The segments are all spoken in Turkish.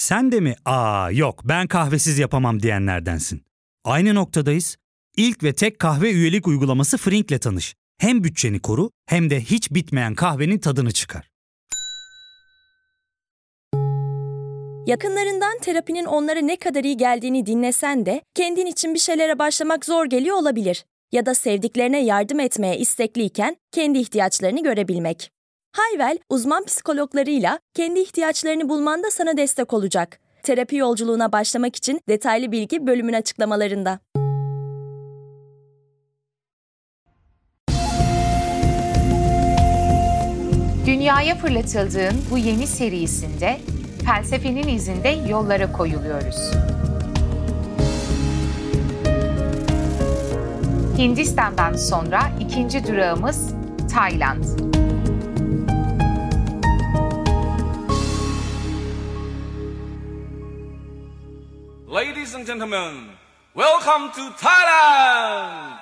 Sen de mi yok ben kahvesiz yapamam diyenlerdensin? Aynı noktadayız. İlk ve tek kahve üyelik uygulaması Frink'le tanış. Hem bütçeni koru hem de hiç bitmeyen kahvenin tadını çıkar. Yakınlarından terapinin onlara ne kadar iyi geldiğini dinlesen de kendin için bir şeylere başlamak zor geliyor olabilir. Ya da sevdiklerine yardım etmeye istekliyken kendi ihtiyaçlarını görebilmek. Hayvel, uzman psikologlarıyla kendi ihtiyaçlarını bulmanda sana destek olacak. Terapi yolculuğuna başlamak için detaylı bilgi bölümün açıklamalarında. Dünyaya fırlatıldığın bu yeni serisinde felsefenin izinde yollara koyuluyoruz. Hindistan'dan sonra ikinci durağımız Tayland. Ladies and gentlemen, welcome to Thailand!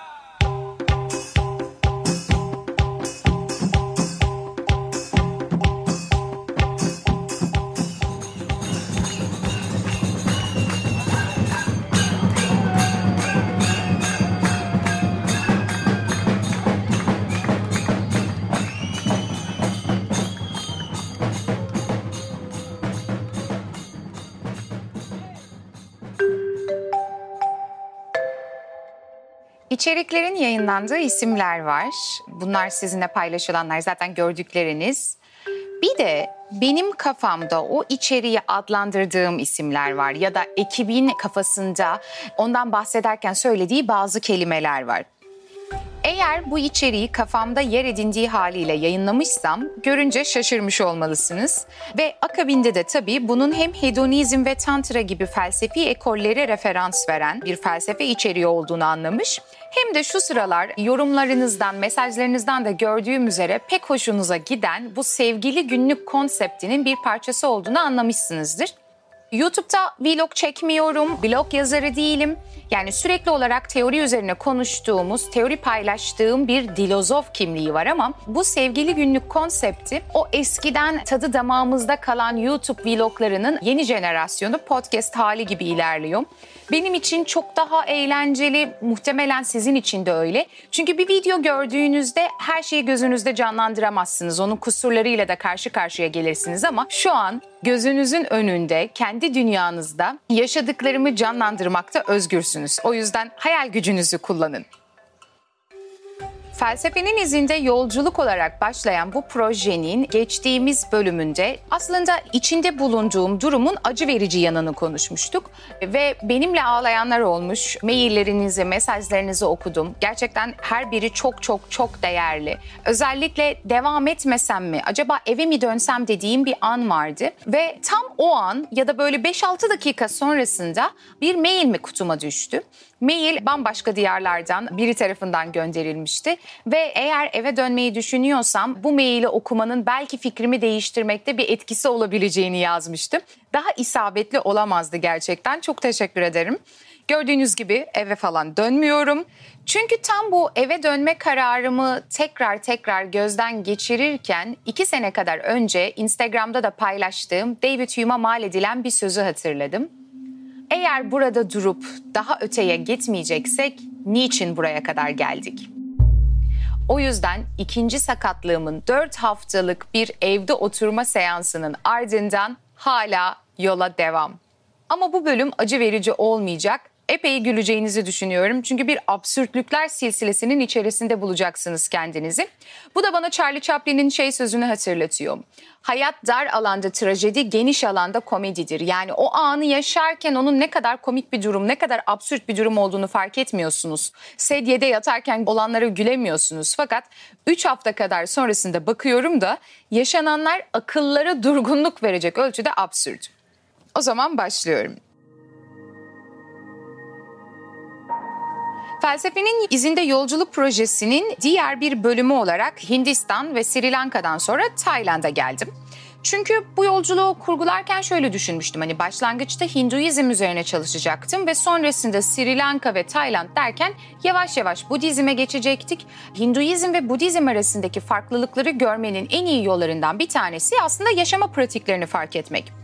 İçeriklerin yayınlandığı isimler var. Bunlar sizinle paylaşılanlar, zaten gördükleriniz. Bir de benim kafamda o içeriği adlandırdığım isimler var ya da ekibin kafasında ondan bahsederken söylediği bazı kelimeler var. Eğer bu içeriği kafamda yer edindiği haliyle yayınlamışsam görünce şaşırmış olmalısınız. Ve akabinde de tabii bunun hem hedonizm ve tantra gibi felsefi ekollere referans veren bir felsefe içeriği olduğunu anlamış. Hem de şu sıralar yorumlarınızdan, mesajlarınızdan da gördüğüm üzere pek hoşunuza giden bu sevgili günlük konseptinin bir parçası olduğunu anlamışsınızdır. YouTube'da vlog çekmiyorum, blog yazarı değilim. Yani sürekli olarak teori üzerine konuştuğumuz, teori paylaştığım bir dilozof kimliği var ama bu sevgili günlük konsepti o eskiden tadı damağımızda kalan YouTube vloglarının yeni jenerasyonu podcast hali gibi ilerliyor. Benim için çok daha eğlenceli, muhtemelen sizin için de öyle. Çünkü bir video gördüğünüzde her şeyi gözünüzde canlandıramazsınız. Onun kusurlarıyla da karşı karşıya gelirsiniz ama şu an gözünüzün önünde, kendi dünyanızda yaşadıklarımı canlandırmakta özgürsünüz. O yüzden hayal gücünüzü kullanın. Felsefenin izinde yolculuk olarak başlayan bu projenin geçtiğimiz bölümünde aslında içinde bulunduğum durumun acı verici yanını konuşmuştuk. Ve benimle ağlayanlar olmuş, maillerinizi, mesajlarınızı okudum. Gerçekten her biri çok çok çok değerli. Özellikle devam etmesem mi, acaba eve mi dönsem dediğim bir an vardı. Ve tam o an ya da böyle 5-6 dakika sonrasında bir mail mi kutuma düştü. Mail bambaşka diyarlardan biri tarafından gönderilmişti ve eğer eve dönmeyi düşünüyorsam bu maili okumanın belki fikrimi değiştirmekte bir etkisi olabileceğini yazmıştım. Daha isabetli olamazdı gerçekten. Çok teşekkür ederim. Gördüğünüz gibi eve falan dönmüyorum. Çünkü tam bu eve dönme kararımı tekrar gözden geçirirken 2 sene kadar önce Instagram'da da paylaştığım David Hume'a mal edilen bir sözü hatırladım. Eğer burada durup daha öteye gitmeyeceksek niçin buraya kadar geldik? O yüzden ikinci sakatlığımın 4 haftalık bir evde oturma seansının ardından hala yola devam. Ama bu bölüm acı verici olmayacak. Epey güleceğinizi düşünüyorum. Çünkü bir absürtlükler silsilesinin içerisinde bulacaksınız kendinizi. Bu da bana Charlie Chaplin'in sözünü hatırlatıyor. Hayat dar alanda trajedi, geniş alanda komedidir. Yani o anı yaşarken onun ne kadar komik bir durum, ne kadar absürt bir durum olduğunu fark etmiyorsunuz. Sedyede yatarken olanlara gülemiyorsunuz. Fakat 3 hafta kadar sonrasında bakıyorum da yaşananlar akıllara durgunluk verecek ölçüde absürt. O zaman başlıyorum. Felsefenin izinde yolculuk projesinin diğer bir bölümü olarak Hindistan ve Sri Lanka'dan sonra Tayland'a geldim. Çünkü bu yolculuğu kurgularken şöyle düşünmüştüm. Hani başlangıçta Hinduizm üzerine çalışacaktım ve sonrasında Sri Lanka ve Tayland derken yavaş yavaş Budizm'e geçecektik. Hinduizm ve Budizm arasındaki farklılıkları görmenin en iyi yollarından bir tanesi aslında yaşama pratiklerini fark etmek.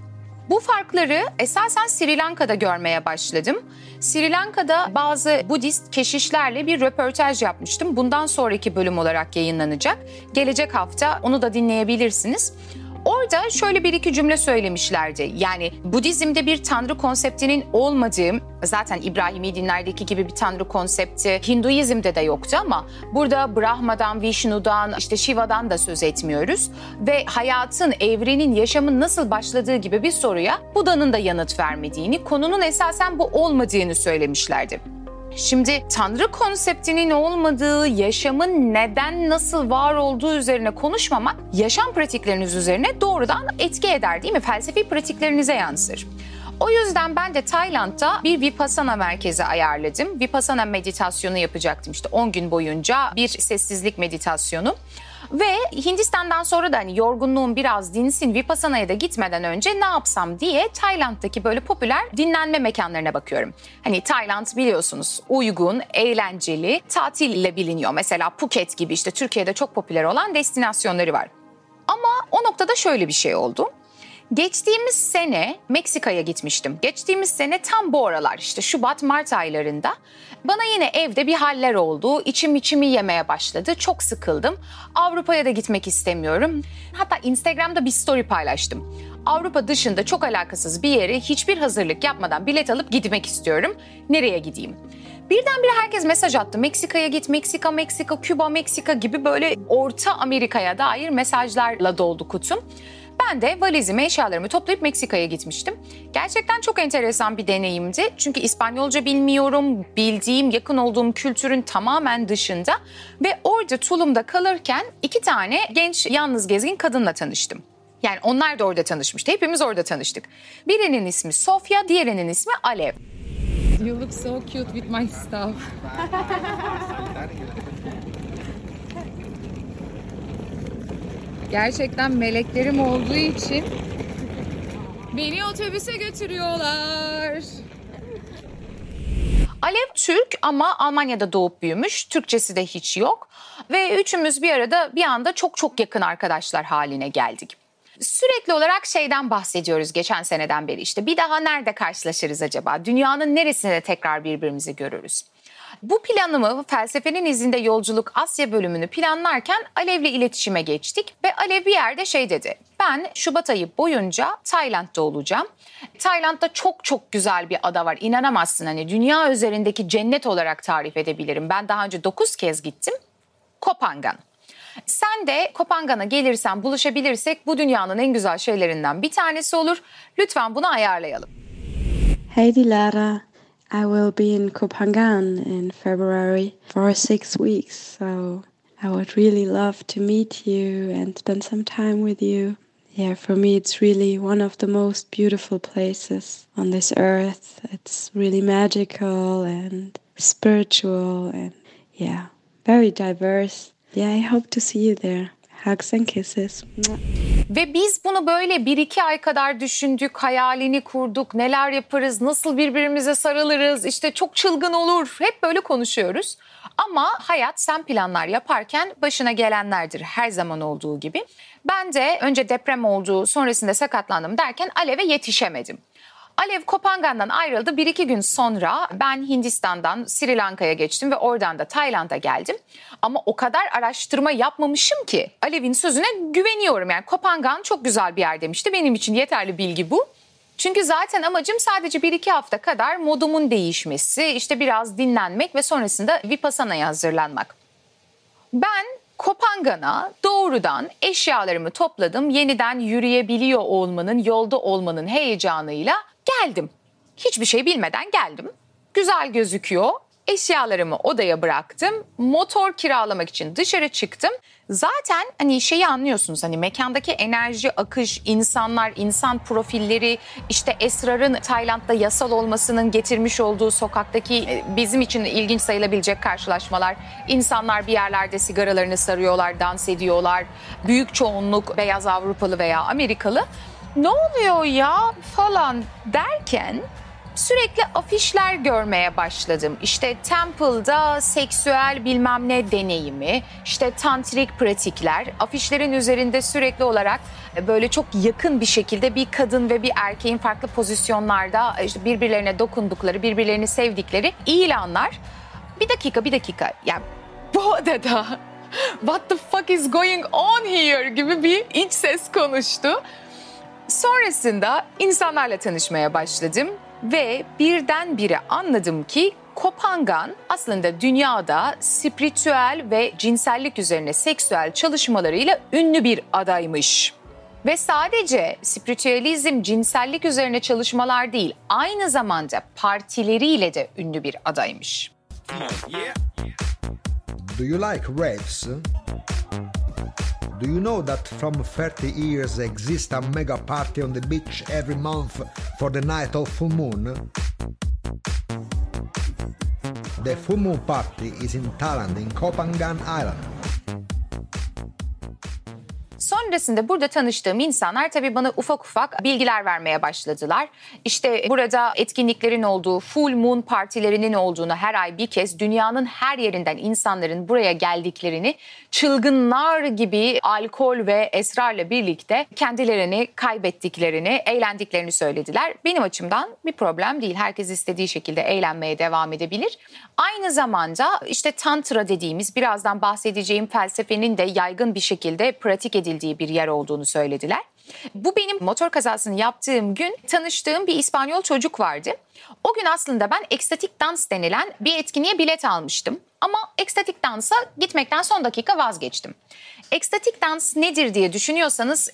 Bu farkları esasen Sri Lanka'da görmeye başladım. Sri Lanka'da bazı Budist keşişlerle bir röportaj yapmıştım. Bundan sonraki bölüm olarak yayınlanacak. Gelecek hafta onu da dinleyebilirsiniz. Orada şöyle bir iki cümle söylemişlerdi. Yani Budizm'de bir tanrı konseptinin olmadığı, zaten İbrahimi dinlerdeki gibi bir tanrı konsepti Hinduizm'de de yoktu ama burada Brahma'dan, Vishnu'dan, işte Shiva'dan da söz etmiyoruz. Ve hayatın, evrenin, yaşamın nasıl başladığı gibi bir soruya Buda'nın da yanıt vermediğini, konunun esasen bu olmadığını söylemişlerdi. Şimdi tanrı konseptinin olmadığı, yaşamın neden, nasıl var olduğu üzerine konuşmamak yaşam pratikleriniz üzerine doğrudan etki eder değil mi? Felsefi pratiklerinize yansır. O yüzden ben de Tayland'da bir Vipassana merkezi ayarladım. Vipassana meditasyonu yapacaktım işte 10 gün boyunca bir sessizlik meditasyonu. Ve Hindistan'dan sonra da hani yorgunluğum biraz dinsin, Vipassana'ya da gitmeden önce ne yapsam diye Tayland'daki böyle popüler dinlenme mekanlarına bakıyorum. Hani Tayland biliyorsunuz uygun, eğlenceli, tatille biliniyor. Mesela Phuket gibi işte Türkiye'de çok popüler olan destinasyonları var. Ama o noktada şöyle bir şey oldu. Geçtiğimiz sene Meksika'ya gitmiştim. Geçtiğimiz sene tam bu aralar işte Şubat-Mart aylarında bana yine evde bir haller oldu. İçimi yemeye başladı. Çok sıkıldım. Avrupa'ya da gitmek istemiyorum. Hatta Instagram'da bir story paylaştım. Avrupa dışında çok alakasız bir yere hiçbir hazırlık yapmadan bilet alıp gitmek istiyorum. Nereye gideyim? Birdenbire herkes mesaj attı. Meksika'ya git, Meksika, Küba, Meksika gibi böyle Orta Amerika'ya dair mesajlarla doldu kutum. Ben de valizimi, eşyalarımı toplayıp Meksika'ya gitmiştim. Gerçekten çok enteresan bir deneyimdi. Çünkü İspanyolca bilmiyorum, bildiğim, yakın olduğum kültürün tamamen dışında. Ve orada Tulum'da kalırken 2 tane genç yalnız gezgin kadınla tanıştım. Yani onlar da orada tanışmıştı. Hepimiz orada tanıştık. Birinin ismi Sofya, diğerinin ismi Alev. You look so cute with my stuff. Gerçekten meleklerim olduğu için beni otobüse götürüyorlar. Alev Türk ama Almanya'da doğup büyümüş. Türkçesi de hiç yok. Ve üçümüz bir arada bir anda çok yakın arkadaşlar haline geldik. Sürekli olarak şeyden bahsediyoruz geçen seneden beri işte. Bir daha nerede karşılaşırız acaba? Dünyanın neresinde tekrar birbirimizi görürüz? Bu planımı Felsefenin İzinde Yolculuk Asya bölümünü planlarken Alev'le iletişime geçtik. Ve Alev bir yerde şey dedi. Ben Şubat ayı boyunca Tayland'da olacağım. Tayland'da çok güzel bir ada var. İnanamazsın hani dünya üzerindeki cennet olarak tarif edebilirim. Ben daha önce 9 kez gittim. Koh Phangan. Sen de Koh Phangan'a gelirsen buluşabilirsek bu dünyanın en güzel şeylerinden bir tanesi olur. Lütfen bunu ayarlayalım. Hey Dilara, I will be in Koh Phangan in February for 6 weeks, so I would really love to meet you and spend some time with you. Yeah, for me it's really one of the most beautiful places on this earth. It's really magical and spiritual and yeah, very diverse. Yeah, I hope to see you there. Hugs and kisses. Ve biz bunu böyle 1-2 ay kadar düşündük, hayalini kurduk, neler yaparız, nasıl birbirimize sarılırız, işte çok çılgın olur, hep böyle konuşuyoruz. Ama hayat sen planlar yaparken başına gelenlerdir her zaman olduğu gibi. Ben de önce deprem oldu, sonrasında sakatlandım derken Alev'e yetişemedim. Alev Koh Phangan'dan ayrıldı. 1-2 gün sonra ben Hindistan'dan Sri Lanka'ya geçtim ve oradan da Tayland'a geldim. Ama o kadar araştırma yapmamışım ki Alev'in sözüne güveniyorum. Yani Koh Phangan çok güzel bir yer demişti. Benim için yeterli bilgi bu. Çünkü zaten amacım sadece 1-2 hafta kadar modumun değişmesi, işte biraz dinlenmek ve sonrasında Vipassana'ya hazırlanmak. Ben Koh Phangan'a doğrudan eşyalarımı topladım. Yeniden yürüyebiliyor olmanın, yolda olmanın heyecanıyla geldim. Hiçbir şey bilmeden geldim. Güzel gözüküyor. Eşyalarımı odaya bıraktım. Motor kiralamak için dışarı çıktım. Zaten hani şeyi anlıyorsunuz hani mekandaki enerji, akış, insanlar, insan profilleri, işte esrarın Tayland'da yasal olmasının getirmiş olduğu sokaktaki bizim için ilginç sayılabilecek karşılaşmalar. İnsanlar bir yerlerde sigaralarını sarıyorlar, dans ediyorlar. Büyük çoğunluk beyaz Avrupalı veya Amerikalı. Ne oluyor ya falan derken sürekli afişler görmeye başladım. İşte temple'da seksüel bilmem ne deneyimi, işte tantrik pratikler, afişlerin üzerinde sürekli olarak böyle çok yakın bir şekilde bir kadın ve bir erkeğin farklı pozisyonlarda işte birbirlerine dokundukları, birbirlerini sevdikleri ilanlar. Bir dakika. Yani bu odada what the fuck is going on here gibi bir iç ses konuştu. Sonrasında insanlarla tanışmaya başladım ve birdenbire anladım ki Kopangan aslında dünyada spiritüel ve cinsellik üzerine seksüel çalışmalarıyla ünlü bir adaymış. Ve sadece spiritüalizm, cinsellik üzerine çalışmalar değil, aynı zamanda partileriyle de ünlü bir adaymış. Do you like raves? Do you know that from 30 years exists a mega party on the beach every month for the night of full moon? The full moon party is in Thailand, in Kopangan Island. Sonrasında burada tanıştığım insanlar tabii bana ufak ufak bilgiler vermeye başladılar. İşte burada etkinliklerin olduğu, full moon partilerinin olduğunu, her ay bir kez dünyanın her yerinden insanların buraya geldiklerini, çılgınlar gibi alkol ve esrarla birlikte kendilerini kaybettiklerini, eğlendiklerini söylediler. Benim açımdan bir problem değil. Herkes istediği şekilde eğlenmeye devam edebilir. Aynı zamanda işte tantra dediğimiz, birazdan bahsedeceğim felsefenin de yaygın bir şekilde pratik edildiği bir yer olduğunu söylediler. Bu benim motor kazasını yaptığım gün tanıştığım bir İspanyol çocuk vardı. O gün aslında ben ekstatik dans denilen bir etkinliğe bilet almıştım. Ama ekstatik dansa gitmekten son dakika vazgeçtim. Ekstatik dans nedir diye düşünüyorsanız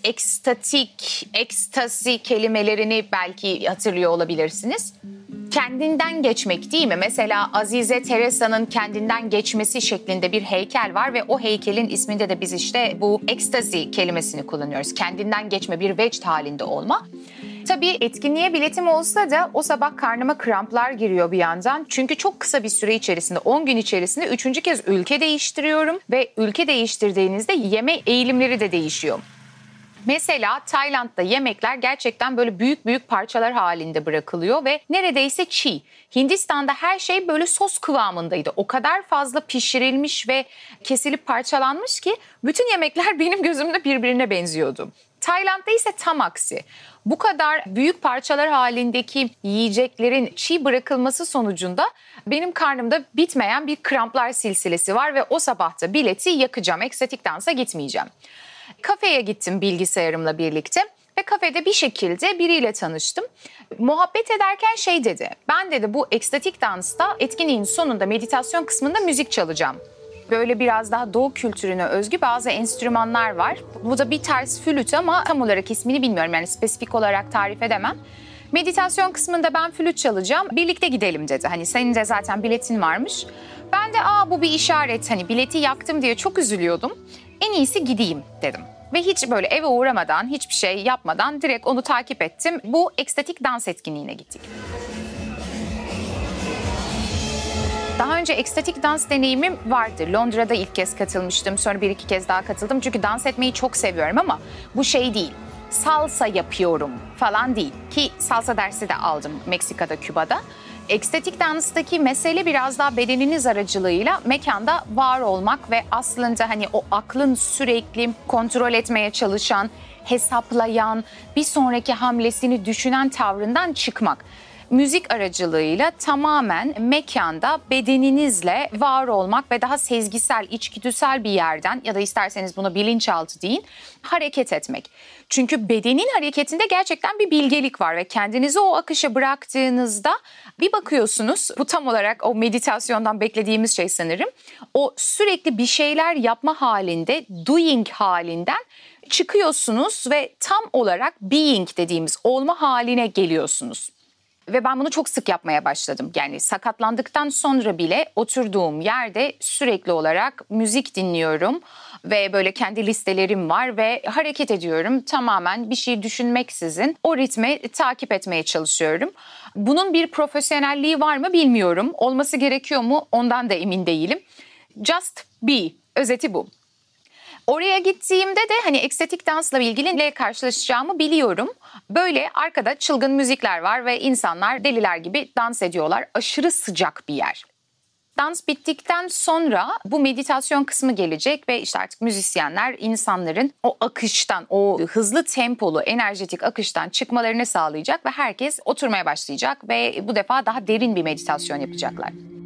ekstasi kelimelerini belki hatırlıyor olabilirsiniz. Kendinden geçmek değil mi? Mesela Azize Teresa'nın kendinden geçmesi şeklinde bir heykel var ve o heykelin isminde de biz işte bu ekstasi kelimesini kullanıyoruz. Kendinden geçme, bir vecd halinde olma. Tabii etkinliğe biletim olsa da o sabah karnıma kramplar giriyor bir yandan. Çünkü çok kısa bir süre içerisinde, 10 gün içerisinde 3. kez ülke değiştiriyorum ve ülke değiştirdiğinizde yeme eğilimleri de değişiyor. Mesela Tayland'da yemekler gerçekten böyle büyük büyük parçalar halinde bırakılıyor ve neredeyse çiğ. Hindistan'da her şey böyle sos kıvamındaydı. O kadar fazla pişirilmiş ve kesilip parçalanmış ki bütün yemekler benim gözümde birbirine benziyordu. Tayland'da ise tam aksi. Bu kadar büyük parçalar halindeki yiyeceklerin çiğ bırakılması sonucunda benim karnımda bitmeyen bir kramplar silsilesi var ve o sabah da bileti yakacağım. Ekstatik dansa gitmeyeceğim. Kafeye gittim bilgisayarımla birlikte ve kafede bir şekilde biriyle tanıştım. Muhabbet ederken şey dedi, ben dedi bu ekstatik dansta etkinliğin sonunda meditasyon kısmında müzik çalacağım. Böyle biraz daha doğu kültürüne özgü bazı enstrümanlar var. Bu da bir tarz flüt ama tam olarak ismini bilmiyorum, yani spesifik olarak tarif edemem. Meditasyon kısmında ben flüt çalacağım, birlikte gidelim dedi. Hani senin de zaten biletin varmış. Ben de bu bir işaret, hani bileti yaktım diye çok üzülüyordum. En iyisi gideyim dedim. Ve hiç böyle eve uğramadan, hiçbir şey yapmadan direkt onu takip ettim. Bu ekstatik dans etkinliğine gittik. Daha önce ekstatik dans deneyimim vardı. Londra'da ilk kez katılmıştım. Sonra 1-2 kez daha katıldım. Çünkü dans etmeyi çok seviyorum ama bu şey değil. Salsa yapıyorum falan değil. Ki salsa dersi de aldım Meksika'da, Küba'da. Ekstatik danstaki mesele biraz daha bedeniniz aracılığıyla mekanda var olmak ve aslında hani o aklın sürekli kontrol etmeye çalışan, hesaplayan, bir sonraki hamlesini düşünen tavrından çıkmak. Müzik aracılığıyla tamamen mekanda bedeninizle var olmak ve daha sezgisel, içgüdüsel bir yerden ya da isterseniz buna bilinçaltı deyin, hareket etmek. Çünkü bedenin hareketinde gerçekten bir bilgelik var ve kendinizi o akışa bıraktığınızda bir bakıyorsunuz, bu tam olarak o meditasyondan beklediğimiz şey sanırım. O sürekli bir şeyler yapma halinde, doing halinden çıkıyorsunuz ve tam olarak being dediğimiz olma haline geliyorsunuz. Ve ben bunu çok sık yapmaya başladım. Yani sakatlandıktan sonra bile oturduğum yerde sürekli olarak müzik dinliyorum ve böyle kendi listelerim var ve hareket ediyorum. Tamamen bir şey düşünmeksizin o ritmi takip etmeye çalışıyorum. Bunun bir profesyonelliği var mı bilmiyorum. Olması gerekiyor mu ondan da emin değilim. Just be, özeti bu. Oraya gittiğimde de hani estetik dansla ilgili ne karşılaşacağımı biliyorum. Böyle arkada çılgın müzikler var ve insanlar deliler gibi dans ediyorlar. Aşırı sıcak bir yer. Dans bittikten sonra bu meditasyon kısmı gelecek ve işte artık müzisyenler insanların o akıştan, o hızlı tempolu, enerjetik akıştan çıkmalarını sağlayacak ve herkes oturmaya başlayacak ve bu defa daha derin bir meditasyon yapacaklar.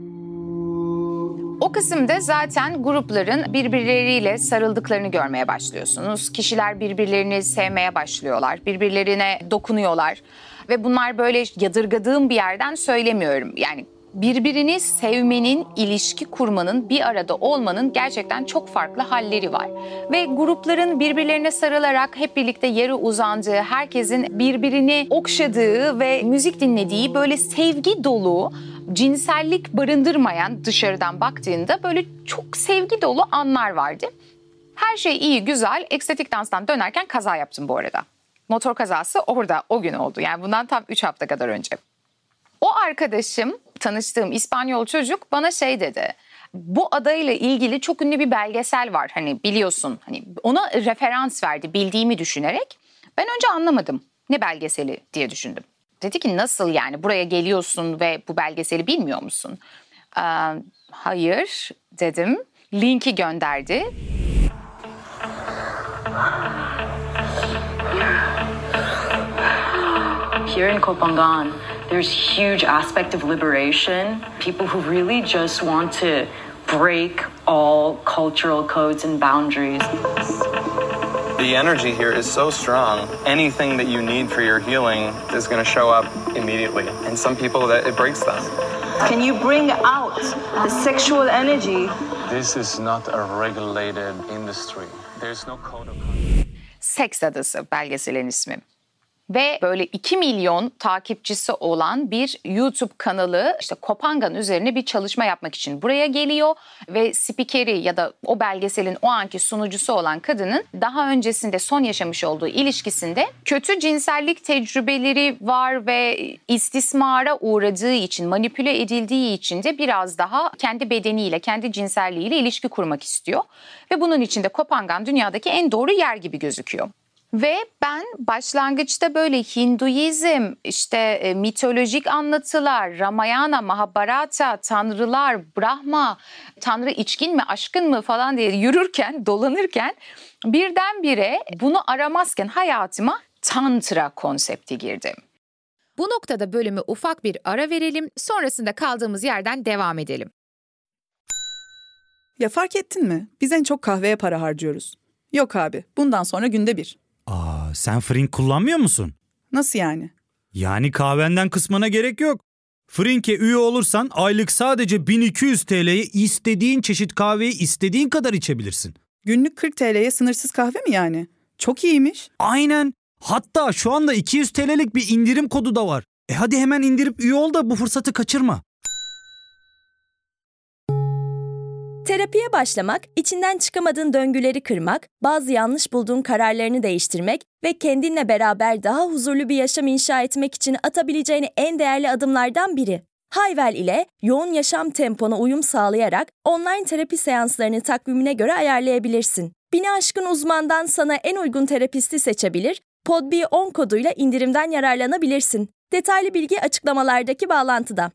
O kısımda zaten grupların birbirleriyle sarıldıklarını görmeye başlıyorsunuz. Kişiler birbirlerini sevmeye başlıyorlar, birbirlerine dokunuyorlar ve bunlar böyle yadırgadığım bir yerden söylemiyorum. Yani birbirini sevmenin, ilişki kurmanın, bir arada olmanın gerçekten çok farklı halleri var. Ve grupların birbirlerine sarılarak hep birlikte yere uzandığı, herkesin birbirini okşadığı ve müzik dinlediği böyle sevgi dolu, cinsellik barındırmayan, dışarıdan baktığında böyle çok sevgi dolu anlar vardı. Her şey iyi, güzel. Estetik danstan dönerken kaza yaptım bu arada. Motor kazası orada, o gün oldu. Yani bundan tam 3 hafta kadar önce. O arkadaşım, tanıştığım İspanyol çocuk bana şey dedi. Bu adayla ilgili çok ünlü bir belgesel var. Hani biliyorsun, hani ona referans verdi bildiğimi düşünerek. Ben önce anlamadım. Ne belgeseli diye düşündüm. Dedi ki nasıl yani buraya geliyorsun ve bu belgeseli bilmiyor musun? Hayır dedim. Linki gönderdi. Here in Kopangan, there's huge aspect of liberation. People who really just want to break all cultural codes and boundaries. The energy here is so strong. Anything that you need for your healing is going to show up immediately. And some people, that it breaks them. Can you bring out the sexual energy? This is not a regulated industry. There's no code of conduct. Seks Adası belgeselin ismi. Ve böyle 2 milyon takipçisi olan bir YouTube kanalı işte Kopangan üzerine bir çalışma yapmak için buraya geliyor. Ve spikeri ya da o belgeselin o anki sunucusu olan kadının daha öncesinde son yaşamış olduğu ilişkisinde kötü cinsellik tecrübeleri var ve istismara uğradığı için, manipüle edildiği için de biraz daha kendi bedeniyle, kendi cinselliğiyle ilişki kurmak istiyor. Ve bunun için de Kopangan dünyadaki en doğru yer gibi gözüküyor. Ve ben başlangıçta böyle Hinduizm, işte mitolojik anlatılar, Ramayana, Mahabharata, tanrılar, Brahma, tanrı içkin mi, aşkın mı falan diye yürürken, dolanırken birdenbire bunu aramazken hayatıma Tantra konsepti girdi. Bu noktada bölümü ufak bir ara verelim, sonrasında kaldığımız yerden devam edelim. Ya fark ettin mi? Biz en çok kahveye para harcıyoruz. Yok abi, bundan sonra günde 1. Sen Frink kullanmıyor musun? Nasıl yani? Yani kahvenden kısmına gerek yok. Frink'e üye olursan aylık sadece 1200 TL'ye istediğin çeşit kahveyi istediğin kadar içebilirsin. Günlük 40 TL'ye sınırsız kahve mi yani? Çok iyiymiş. Aynen. Hatta şu anda 200 TL'lik bir indirim kodu da var. Hadi hemen indirip üye ol da bu fırsatı kaçırma. Terapiye başlamak, içinden çıkamadığın döngüleri kırmak, bazı yanlış bulduğun kararlarını değiştirmek ve kendinle beraber daha huzurlu bir yaşam inşa etmek için atabileceğin en değerli adımlardan biri. Hayvel ile yoğun yaşam tempona uyum sağlayarak online terapi seanslarını takvimine göre ayarlayabilirsin. 1000'i aşkın uzmandan sana en uygun terapisti seçebilir, PodB10 koduyla indirimden yararlanabilirsin. Detaylı bilgi açıklamalardaki bağlantıda.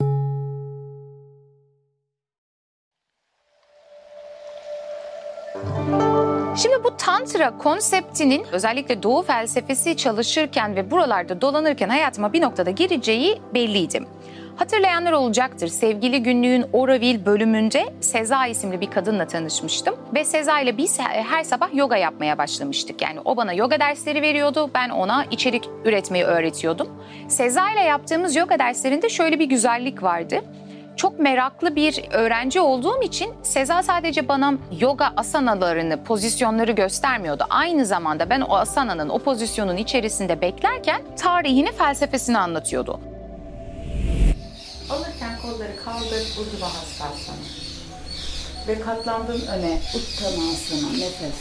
Şimdi bu Tantra konseptinin özellikle Doğu felsefesi çalışırken ve buralarda dolanırken hayatıma bir noktada gireceği belliydi. Hatırlayanlar olacaktır. Sevgili Günlüğün Oroville bölümünde Seza isimli bir kadınla tanışmıştım. Ve Seza ile biz her sabah yoga yapmaya başlamıştık. Yani o bana yoga dersleri veriyordu, ben ona içerik üretmeyi öğretiyordum. Seza ile yaptığımız yoga derslerinde şöyle bir güzellik vardı. Çok meraklı bir öğrenci olduğum için Seza sadece bana yoga asanalarını, pozisyonları göstermiyordu. Aynı zamanda ben o asananın, o pozisyonun içerisinde beklerken tarihini, felsefesini anlatıyordu. Alırken kolları kaldır, Urdhva ve katlandın öne, Uttanasana, nefes.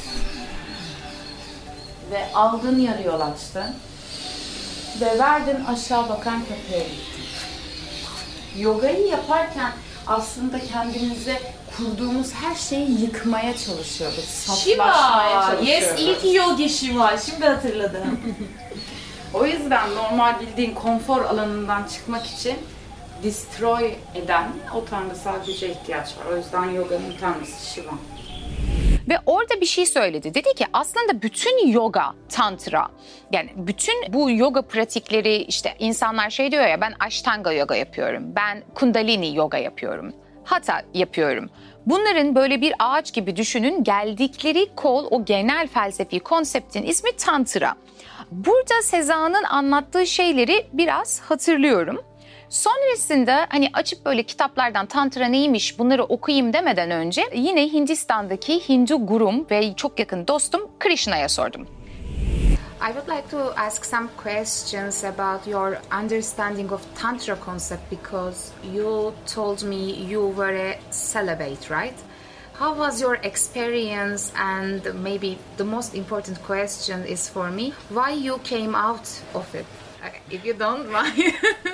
Ve aldın, yarı yol açtın. Ve verdin, aşağı bakan köpeğe gittin. Yogayı yaparken aslında kendinize kurduğumuz her şeyi yıkmaya çalışıyoruz. Shiva! Saflaşmaya çalışıyoruz. Yes, iyi ki Yogi Shiva. Şimdi hatırladım. O yüzden normal bildiğin konfor alanından çıkmak için destroy eden o tanrısal güce ihtiyaç var. O yüzden yoganın tanrısı Shiva. Ve orada bir şey söyledi. Dedi ki aslında bütün yoga, tantra, yani bütün bu yoga pratikleri, işte insanlar şey diyor ya, ben Ashtanga yoga yapıyorum, ben Kundalini yoga yapıyorum, Hatha yapıyorum. Bunların böyle bir ağaç gibi düşünün, geldikleri kol, o genel felsefi konseptin ismi tantra. Burada Sezan'ın anlattığı şeyleri biraz hatırlıyorum. Sonrasında hani açıp böyle kitaplardan tantra neymiş bunları okuyayım demeden önce yine Hindistan'daki Hindu gurum ve çok yakın dostum Krishna'ya sordum. I would like to ask some questions about your understanding of Tantra concept because you told me you were a celibate, right? How was your experience, and maybe the most important question is for me, why you came out of it? If you don't mind.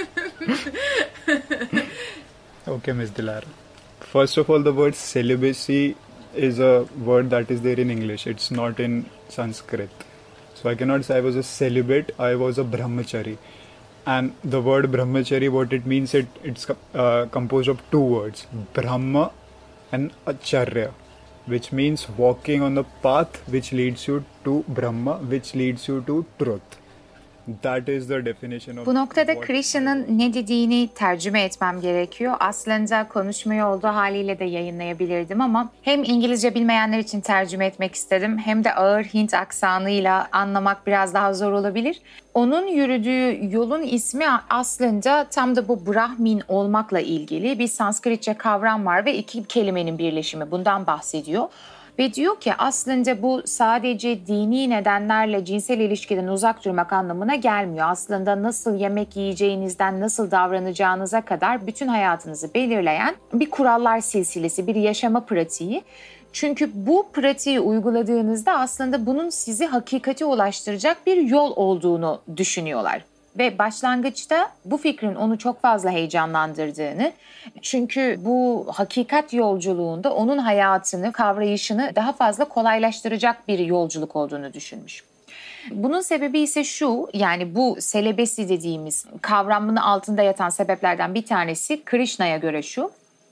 Okay, Ms. Dilara. First of all, the word celibacy is a word that is there in English. It's not in Sanskrit. So I cannot say I was a celibate, I was a brahmachari. And the word brahmachari, what it means, it's composed of two words, Brahma and Acharya, which means walking on the path which leads you to Brahma, which leads you to truth. That is the definition of. Bu noktada Krishna'nın ne dediğini tercüme etmem gerekiyor. Aslında konuşmayı olduğu haliyle de yayınlayabilirdim ama hem İngilizce bilmeyenler için tercüme etmek istedim hem de ağır Hint aksanıyla anlamak biraz daha zor olabilir. Onun yürüdüğü yolun ismi aslında tam da bu Brahmin olmakla ilgili bir Sanskritçe kavram var ve iki kelimenin birleşimi, bundan bahsediyor. Ve diyor ki aslında bu sadece dini nedenlerle cinsel ilişkiden uzak durmak anlamına gelmiyor. Aslında nasıl yemek yiyeceğinizden nasıl davranacağınıza kadar bütün hayatınızı belirleyen bir kurallar silsilesi, bir yaşama pratiği. Çünkü bu pratiği uyguladığınızda aslında bunun sizi hakikate ulaştıracak bir yol olduğunu düşünüyorlar. Ve başlangıçta bu fikrin onu çok fazla heyecanlandırdığını, çünkü bu hakikat yolculuğunda onun hayatını, kavrayışını daha fazla kolaylaştıracak bir yolculuk olduğunu düşünmüş. Bunun sebebi ise şu, yani bu selebesi dediğimiz kavramın altında yatan sebeplerden bir tanesi Krishna'ya göre şu: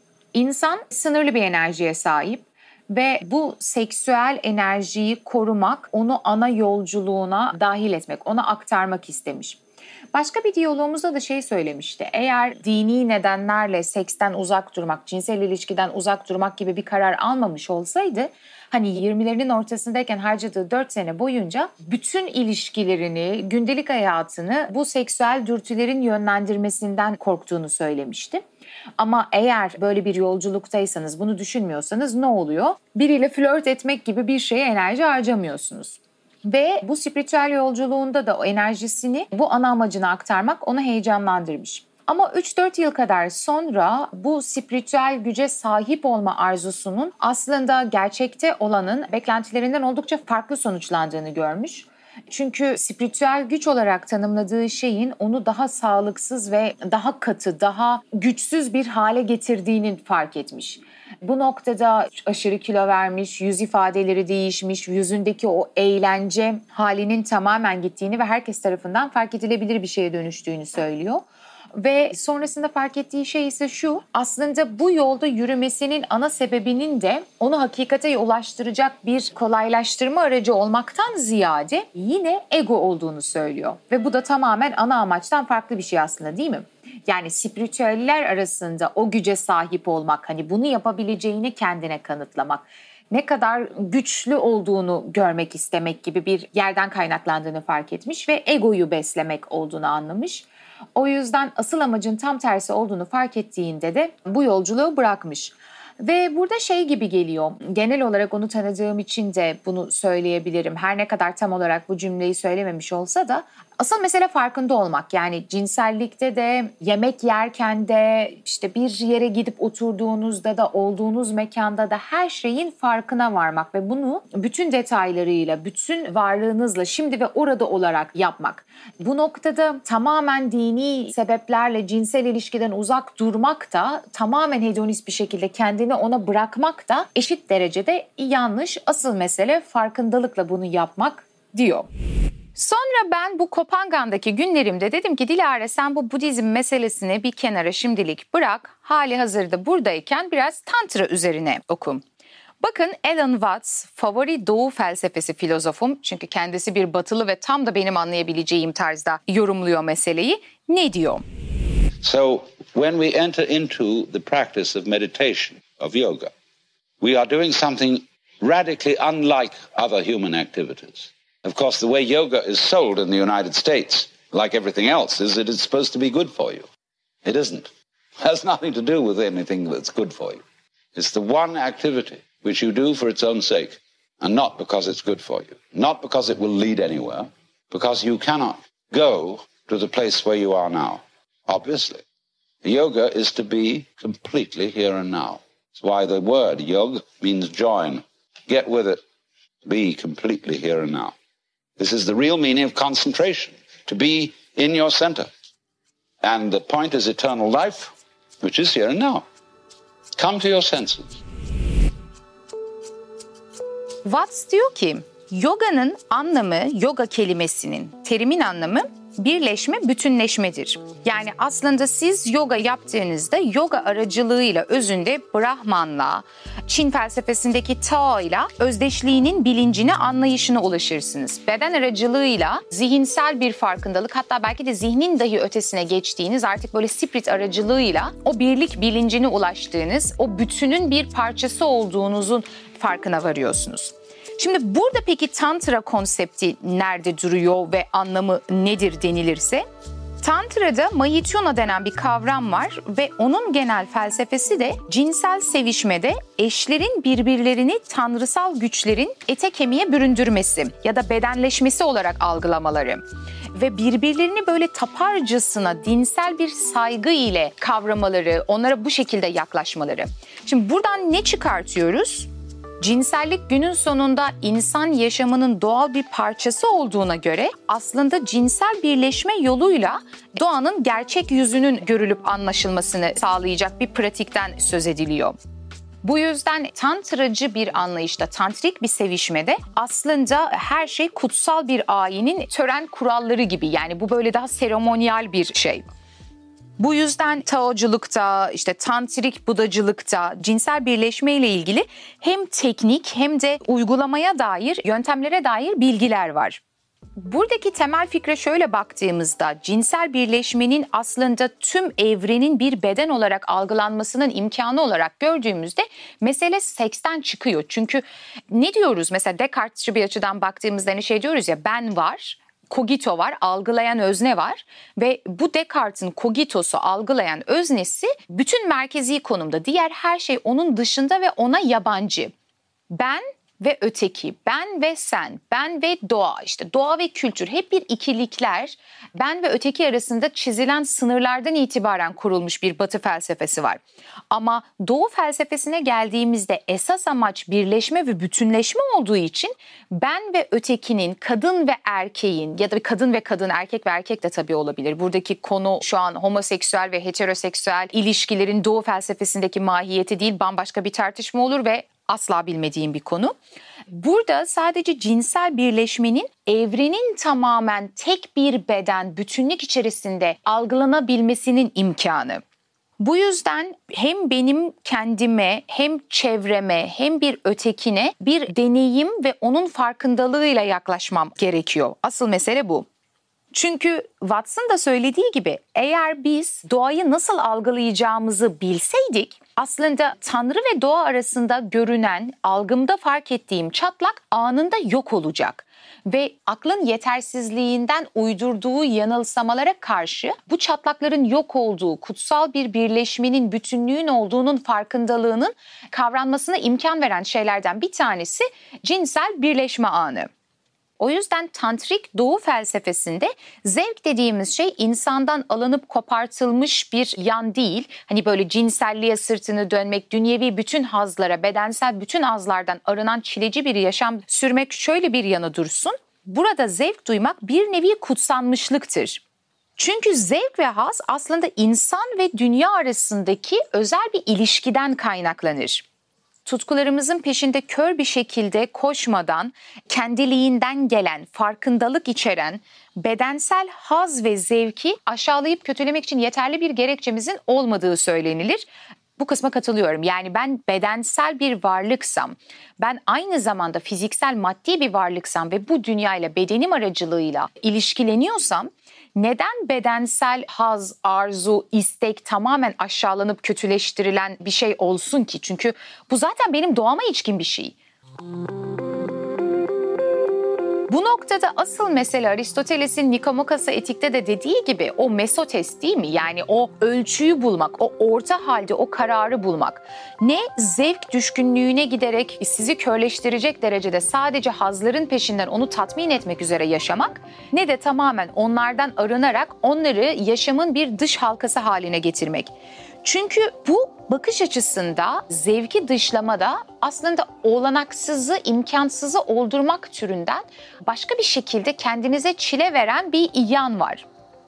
İnsan sınırlı bir enerjiye sahip ve bu seksüel enerjiyi korumak, onu ana yolculuğuna dahil etmek, ona aktarmak istemiş. Başka bir diyalogumuzda da söylemişti. Eğer dini nedenlerle seksten uzak durmak, cinsel ilişkiden uzak durmak gibi bir karar almamış olsaydı, hani 20'lerinin ortasındayken harcadığı 4 sene boyunca bütün ilişkilerini, gündelik hayatını bu seksüel dürtülerin yönlendirmesinden korktuğunu söylemişti. Ama eğer böyle bir yolculuktaysanız, bunu düşünmüyorsanız ne oluyor? Biriyle flört etmek gibi bir şeye enerji harcamıyorsunuz. Ve bu spiritüel yolculuğunda da o enerjisini bu ana amacına aktarmak onu heyecanlandırmış. Ama 3-4 yıl kadar sonra bu spiritüel güce sahip olma arzusunun aslında gerçekte olanın beklentilerinden oldukça farklı sonuçlandığını görmüş. Çünkü spiritüel güç olarak tanımladığı şeyin onu daha sağlıksız ve daha katı, daha güçsüz bir hale getirdiğini fark etmiş. Bu noktada aşırı kilo vermiş, yüz ifadeleri değişmiş, yüzündeki o eğlence halinin tamamen gittiğini ve herkes tarafından fark edilebilir bir şeye dönüştüğünü söylüyor. Ve sonrasında fark ettiği şey ise şu: aslında bu yolda yürümesinin ana sebebinin de onu hakikate ulaştıracak bir kolaylaştırma aracı olmaktan ziyade yine ego olduğunu söylüyor. Ve bu da tamamen ana amaçtan farklı bir şey aslında, değil mi? Yani spiritüeller arasında o güce sahip olmak, hani bunu yapabileceğini kendine kanıtlamak, ne kadar güçlü olduğunu görmek istemek gibi bir yerden kaynaklandığını fark etmiş ve egoyu beslemek olduğunu anlamış. O yüzden asıl amacın tam tersi olduğunu fark ettiğinde de bu yolculuğu bırakmış. Ve burada gibi geliyor, genel olarak onu tanıdığım için de bunu söyleyebilirim. Her ne kadar tam olarak bu cümleyi söylememiş olsa da asıl mesele farkında olmak. Yani cinsellikte de, yemek yerken de, işte bir yere gidip oturduğunuzda da, olduğunuz mekanda da her şeyin farkına varmak ve bunu bütün detaylarıyla, bütün varlığınızla şimdi ve orada olarak yapmak. Bu noktada tamamen dini sebeplerle cinsel ilişkiden uzak durmak da tamamen hedonist bir şekilde kendini kendini ona bırakmak da eşit derecede yanlış. Asıl mesele farkındalıkla bunu yapmak diyor. Sonra ben bu Kopangan'daki günlerimde dedim ki Dilara sen bu Budizm meselesini bir kenara şimdilik bırak. Hali hazırda buradayken biraz Tantra üzerine oku. Bakın Alan Watts favori Doğu felsefesi filozofum çünkü kendisi bir batılı ve tam da benim anlayabileceğim tarzda yorumluyor meseleyi. Ne diyor? So when we enter into the practice of meditation, of yoga, we are doing something radically unlike other human activities. Of course, the way yoga is sold in the United States, like everything else, is that it's supposed to be good for you. It isn't. It has nothing to do with anything that's good for you. It's the one activity which you do for its own sake, and not because it's good for you. Not because it will lead anywhere, because you cannot go to the place where you are now. Obviously, yoga is to be completely here and now. That's why the word yog means join. Get with it. Be completely here and now. This is the real meaning of concentration, to be in your center. And the point is eternal life, which is here and now. Come to your senses. Watts diyor ki, yoga'nın anlamı, yoga kelimesinin, terimin anlamı birleşme, bütünleşmedir. Yani aslında siz yoga yaptığınızda yoga aracılığıyla özünde Brahman'la, Çin felsefesindeki Tao'yla özdeşliğinin bilincine, anlayışına ulaşırsınız. Beden aracılığıyla zihinsel bir farkındalık, hatta belki de zihnin dahi ötesine geçtiğiniz artık böyle spirit aracılığıyla o birlik bilincine ulaştığınız, o bütünün bir parçası olduğunuzun farkına varıyorsunuz. Şimdi burada peki Tantra konsepti nerede duruyor ve anlamı nedir denilirse, Tantra'da Maityona denen bir kavram var ve onun genel felsefesi de cinsel sevişmede eşlerin birbirlerini tanrısal güçlerin ete kemiğe büründürmesi ya da bedenleşmesi olarak algılamaları ve birbirlerini böyle taparcasına dinsel bir saygı ile kavramaları, onlara bu şekilde yaklaşmaları. Şimdi buradan ne çıkartıyoruz? Cinsellik günün sonunda insan yaşamının doğal bir parçası olduğuna göre aslında cinsel birleşme yoluyla doğanın gerçek yüzünün görülüp anlaşılmasını sağlayacak bir pratikten söz ediliyor. Bu yüzden tantracı bir anlayışta, tantrik bir sevişmede aslında her şey kutsal bir ayinin tören kuralları gibi. Yani bu böyle daha seremoniyal bir şey. Bu yüzden Taoculukta, işte tantrik Budacılıkta cinsel birleşme ile ilgili hem teknik hem de uygulamaya dair, yöntemlere dair bilgiler var. Buradaki temel fikre şöyle baktığımızda cinsel birleşmenin aslında tüm evrenin bir beden olarak algılanmasının imkanı olarak gördüğümüzde mesele seksten çıkıyor. Çünkü ne diyoruz mesela Descartes'çi bir açıdan baktığımızda hani şey diyoruz ya, ben var. Kogito var, algılayan özne var ve bu Descartes'in kogitosu, algılayan öznesi bütün merkezi konumda. Diğer her şey onun dışında ve ona yabancı. Ben ve öteki, ben ve sen, ben ve doğa, işte doğa ve kültür hep bir ikilikler, ben ve öteki arasında çizilen sınırlardan itibaren kurulmuş bir Batı felsefesi var. Ama Doğu felsefesine geldiğimizde esas amaç birleşme ve bütünleşme olduğu için ben ve ötekinin, kadın ve erkeğin ya da kadın ve kadın, erkek ve erkek de tabii olabilir. Buradaki konu şu an homoseksüel ve heteroseksüel ilişkilerin Doğu felsefesindeki mahiyeti değil, bambaşka bir tartışma olur ve asla bilmediğim bir konu. Burada sadece cinsel birleşmenin evrenin tamamen tek bir beden, bütünlük içerisinde algılanabilmesinin imkanı. Bu yüzden hem benim kendime, hem çevreme, hem bir ötekine bir deneyim ve onun farkındalığıyla yaklaşmam gerekiyor. Asıl mesele bu. Çünkü Watts'ın da söylediği gibi eğer biz doğayı nasıl algılayacağımızı bilseydik aslında Tanrı ve doğa arasında görünen, algımda fark ettiğim çatlak anında yok olacak. Ve aklın yetersizliğinden uydurduğu yanılsamalara karşı bu çatlakların yok olduğu, kutsal bir birleşmenin, bütünlüğün olduğunun farkındalığının kavranmasına imkan veren şeylerden bir tanesi cinsel birleşme anı. O yüzden tantrik Doğu felsefesinde zevk dediğimiz şey insandan alınıp kopartılmış bir yan değil. Hani böyle cinselliğe sırtını dönmek, dünyevi bütün hazlara, bedensel bütün hazlardan arınan çileci bir yaşam sürmek şöyle bir yana dursun. Burada zevk duymak bir nevi kutsanmışlıktır. Çünkü zevk ve haz aslında insan ve dünya arasındaki özel bir ilişkiden kaynaklanır. Tutkularımızın peşinde kör bir şekilde koşmadan, kendiliğinden gelen, farkındalık içeren, bedensel haz ve zevki aşağılayıp kötülemek için yeterli bir gerekçemizin olmadığı söylenilir. Bu kısma katılıyorum. Yani ben bedensel bir varlıksam, ben aynı zamanda fiziksel maddi bir varlıksam ve bu dünyayla bedenim aracılığıyla ilişkileniyorsam, neden bedensel haz, arzu, istek tamamen aşağılanıp kötüleştirilen bir şey olsun ki? Çünkü bu zaten benim doğama içkin bir şey. Bu noktada asıl mesele Aristoteles'in Nikomachos'a etikte de dediği gibi o mesotes değil mi? Yani o ölçüyü bulmak, o orta halde o kararı bulmak. Ne zevk düşkünlüğüne giderek sizi körleştirecek derecede sadece hazların peşinden onu tatmin etmek üzere yaşamak, ne de tamamen onlardan arınarak onları yaşamın bir dış halkası haline getirmek. Çünkü bu bakış açısında zevki dışlamada aslında olanaksızı, imkansızı oldurmak türünden başka bir şekilde kendinize çile veren bir yan var.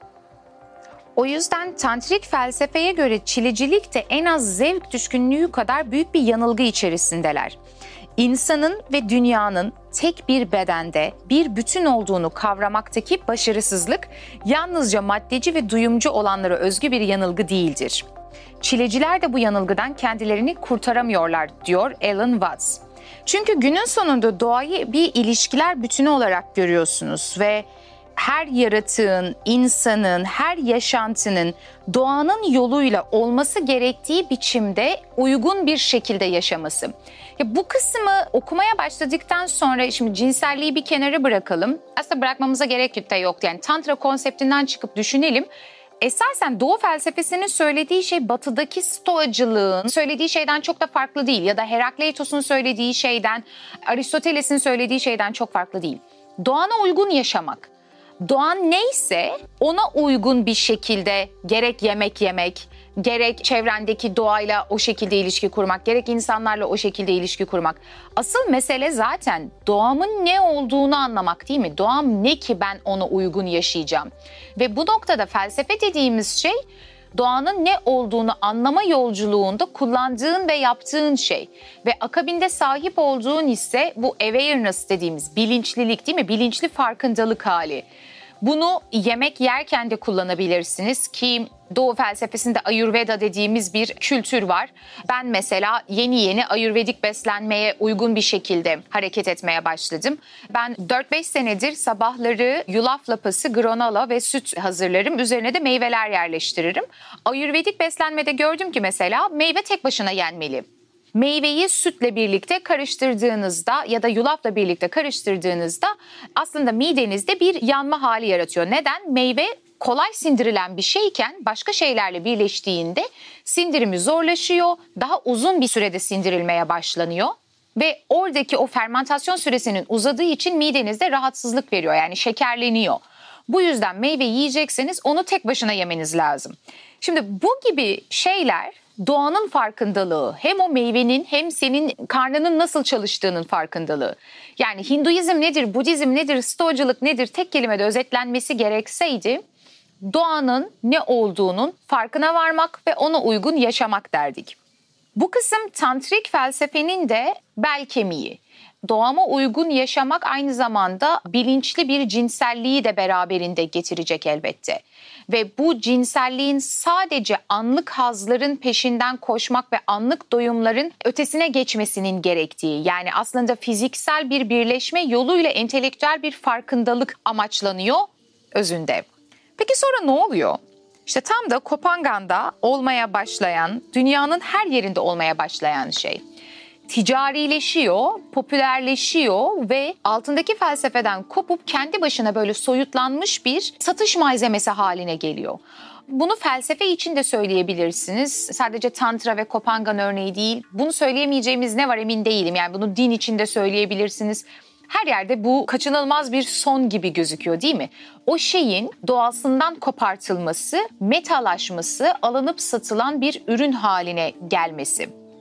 O yüzden tantrik felsefeye göre çilecilik de en az zevk düşkünlüğü kadar büyük bir yanılgı içerisindeler. İnsanın ve dünyanın tek bir bedende bir bütün olduğunu kavramaktaki başarısızlık yalnızca maddeci ve duyumcu olanlara özgü bir yanılgı değildir. Çileciler de bu yanılgıdan kendilerini kurtaramıyorlar, diyor Alan Watts. Çünkü günün sonunda doğayı bir ilişkiler bütünü olarak görüyorsunuz ve her yaratığın, insanın, her yaşantının doğanın yoluyla olması gerektiği biçimde uygun bir şekilde yaşaması. Ya bu kısmı okumaya başladıktan sonra şimdi cinselliği bir kenara bırakalım. Aslında bırakmamıza gerek de yok. Yani tantra konseptinden çıkıp düşünelim. Esasen Doğu felsefesinin söylediği şey Batı'daki stoacılığın söylediği şeyden çok da farklı değil. Ya da Herakleitos'un söylediği şeyden, Aristoteles'in söylediği şeyden çok farklı değil. Doğana uygun yaşamak. Doğan neyse ona uygun bir şekilde gerek yemek yemek, gerek çevrendeki doğayla o şekilde ilişki kurmak, gerek insanlarla o şekilde ilişki kurmak. Asıl mesele zaten doğamın ne olduğunu anlamak değil mi? Doğam ne ki ben ona uygun yaşayacağım? Ve bu noktada felsefe dediğimiz şey doğanın ne olduğunu anlama yolculuğunda kullandığın ve yaptığın şey. Ve akabinde sahip olduğun ise bu awareness dediğimiz bilinçlilik değil mi? Bilinçli farkındalık hali. Bunu yemek yerken de kullanabilirsiniz ki Doğu felsefesinde Ayurveda dediğimiz bir kültür var. Ben mesela yeni Ayurvedik beslenmeye uygun bir şekilde hareket etmeye başladım. Ben 4-5 senedir sabahları yulaf lapası, granola ve süt hazırlarım. Üzerine de meyveler yerleştiririm. Ayurvedik beslenmede gördüm ki mesela meyve tek başına yenmeli. Meyveyi sütle birlikte karıştırdığınızda ya da yulafla birlikte karıştırdığınızda aslında midenizde bir yanma hali yaratıyor. Neden? Meyve kolay sindirilen bir şeyken başka şeylerle birleştiğinde sindirimi zorlaşıyor, daha uzun bir sürede sindirilmeye başlanıyor. Ve oradaki o fermentasyon süresinin uzadığı için midenizde rahatsızlık veriyor, yani şekerleniyor. Bu yüzden meyve yiyecekseniz onu tek başına yemeniz lazım. Şimdi bu gibi şeyler doğanın farkındalığı, hem o meyvenin hem senin karnının nasıl çalıştığının farkındalığı. Yani Hinduizm nedir, Budizm nedir, Stoacılık nedir tek kelimede özetlenmesi gerekseydi doğanın ne olduğunun farkına varmak ve ona uygun yaşamak derdik. Bu kısım tantrik felsefenin de bel kemiği. Doğama uygun yaşamak aynı zamanda bilinçli bir cinselliği de beraberinde getirecek elbette. Ve bu cinselliğin sadece anlık hazların peşinden koşmak ve anlık doyumların ötesine geçmesinin gerektiği, yani aslında fiziksel bir birleşme yoluyla entelektüel bir farkındalık amaçlanıyor özünde. Peki sonra ne oluyor? İşte tam da Kopangan'da olmaya başlayan, dünyanın her yerinde olmaya başlayan şey. Ticarileşiyor, popülerleşiyor ve altındaki felsefeden kopup kendi başına böyle soyutlanmış bir satış malzemesi haline geliyor. Bunu felsefe için de söyleyebilirsiniz. Sadece Tantra ve Kopangan örneği değil. Bunu söyleyemeyeceğimiz ne var emin değilim. Yani bunu din için de söyleyebilirsiniz. Her yerde bu kaçınılmaz bir son gibi gözüküyor değil mi? O şeyin doğasından kopartılması, metalaşması, alınıp satılan bir ürün haline gelmesi.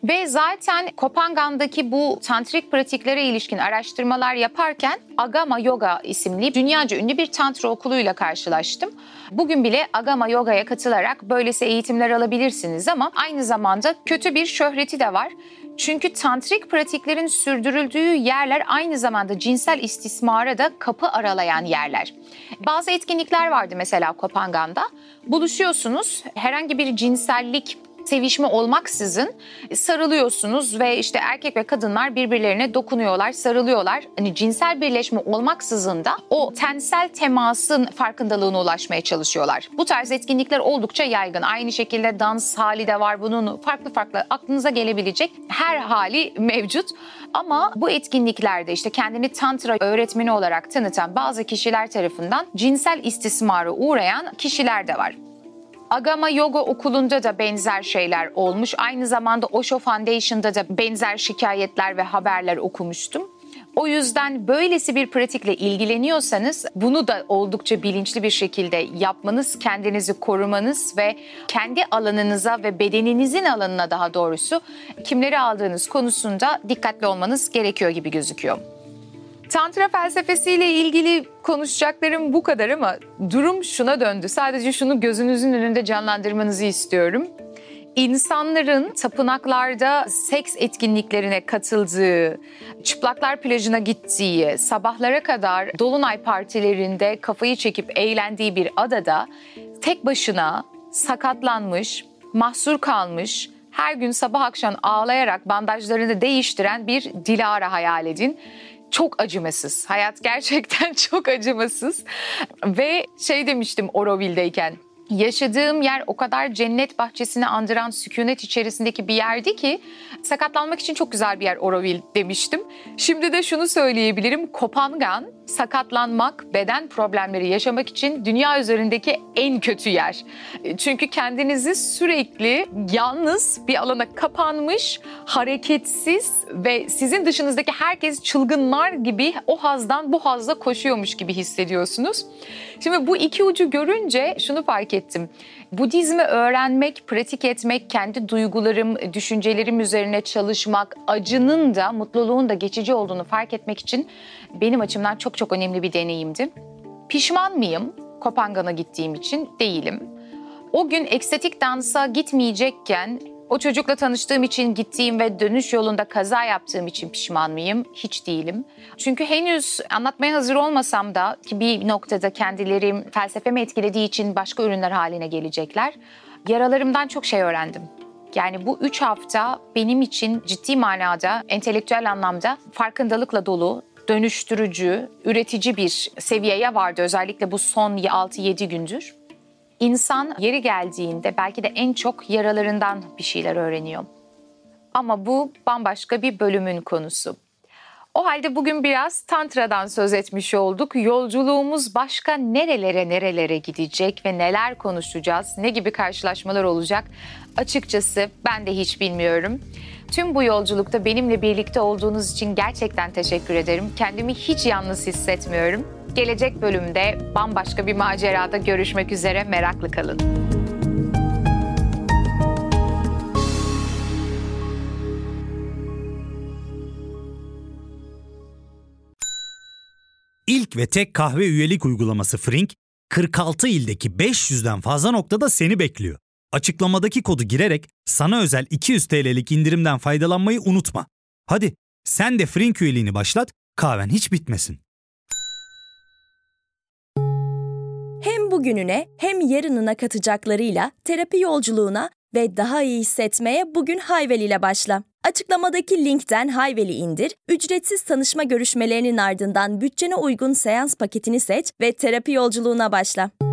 Ve zaten Kopangan'daki bu tantrik pratiklere ilişkin araştırmalar yaparken Agama Yoga isimli dünyaca ünlü bir tantra okuluyla karşılaştım. Bugün bile Agama Yoga'ya katılarak böylesi eğitimler alabilirsiniz ama aynı zamanda kötü bir şöhreti de var. Çünkü tantrik pratiklerin sürdürüldüğü yerler aynı zamanda cinsel istismara da kapı aralayan yerler. Bazı etkinlikler vardı mesela Kopangan'da. Buluşuyorsunuz, herhangi bir cinsellik sevişme olmaksızın sarılıyorsunuz ve işte erkek ve kadınlar birbirlerine dokunuyorlar, sarılıyorlar. Hani cinsel birleşme olmaksızın da o tensel temasın farkındalığına ulaşmaya çalışıyorlar. Bu tarz etkinlikler oldukça yaygın. Aynı şekilde dans hali de var. Bunun farklı aklınıza gelebilecek her hali mevcut. Ama bu etkinliklerde işte kendini tantra öğretmeni olarak tanıtan bazı kişiler tarafından cinsel istismara uğrayan kişiler de var. Agama Yoga okulunda da benzer şeyler olmuş. Aynı zamanda Osho Foundation'da da benzer şikayetler ve haberler okumuştum. O yüzden böylesi bir pratikle ilgileniyorsanız bunu da oldukça bilinçli bir şekilde yapmanız, kendinizi korumanız ve kendi alanınıza ve bedeninizin alanına daha doğrusu kimleri aldığınız konusunda dikkatli olmanız gerekiyor gibi gözüküyor. Tantra felsefesiyle ilgili konuşacaklarım bu kadar ama durum şuna döndü. Sadece şunu gözünüzün önünde canlandırmanızı istiyorum. İnsanların tapınaklarda seks etkinliklerine katıldığı, çıplaklar plajına gittiği, sabahlara kadar dolunay partilerinde kafayı çekip eğlendiği bir adada tek başına sakatlanmış, mahsur kalmış, her gün sabah akşam ağlayarak bandajlarını değiştiren bir Dilara hayal edin. Çok acımasız. Hayat gerçekten çok acımasız. Ve demiştim Auroville'deyken, yaşadığım yer o kadar cennet bahçesini andıran sükunet içerisindeki bir yerdi ki sakatlanmak için çok güzel bir yer Auroville demiştim. Şimdi de şunu söyleyebilirim. Kopangan, sakatlanmak, beden problemleri yaşamak için dünya üzerindeki en kötü yer. Çünkü kendinizi sürekli yalnız bir alana kapanmış, hareketsiz ve sizin dışınızdaki herkes çılgınlar gibi o hazdan bu hazda koşuyormuş gibi hissediyorsunuz. Şimdi bu iki ucu görünce şunu fark ettim. Budizmi öğrenmek, pratik etmek, kendi duygularım, düşüncelerim üzerine çalışmak, acının da mutluluğun da geçici olduğunu fark etmek için benim açımdan çok çok önemli bir deneyimdi. Pişman mıyım Kopangan'a gittiğim için? Değilim. O gün ekstatik dansa gitmeyecekken o çocukla tanıştığım için gittiğim ve dönüş yolunda kaza yaptığım için pişman mıyım? Hiç değilim. Çünkü henüz anlatmaya hazır olmasam da ki bir noktada kendilerim felsefemi etkilediği için başka ürünler haline gelecekler. Yaralarımdan çok şey öğrendim. Yani bu 3 hafta benim için ciddi manada, entelektüel anlamda farkındalıkla dolu, dönüştürücü, üretici bir seviyeye vardı. Özellikle bu son 6-7 gündür. İnsan yeri geldiğinde belki de en çok yaralarından bir şeyler öğreniyor. Ama bu bambaşka bir bölümün konusu. O halde bugün biraz Tantra'dan söz etmiş olduk. Yolculuğumuz başka nerelere gidecek ve neler konuşacağız, ne gibi karşılaşmalar olacak? Açıkçası ben de hiç bilmiyorum. Tüm bu yolculukta benimle birlikte olduğunuz için gerçekten teşekkür ederim. Kendimi hiç yalnız hissetmiyorum. Gelecek bölümde bambaşka bir macerada görüşmek üzere, meraklı kalın. İlk ve tek kahve üyelik uygulaması Frink, 46 ildeki 500'den fazla noktada seni bekliyor. Açıklamadaki kodu girerek sana özel 200 TL'lik indirimden faydalanmayı unutma. Hadi sen de Frink üyeliğini başlat, kahven hiç bitmesin. Hem bugününe hem yarınına katacaklarıyla terapi yolculuğuna ve daha iyi hissetmeye bugün Hayvel ile başla. Açıklamadaki linkten Hayvel'i indir, ücretsiz tanışma görüşmelerinin ardından bütçene uygun seans paketini seç ve terapi yolculuğuna başla.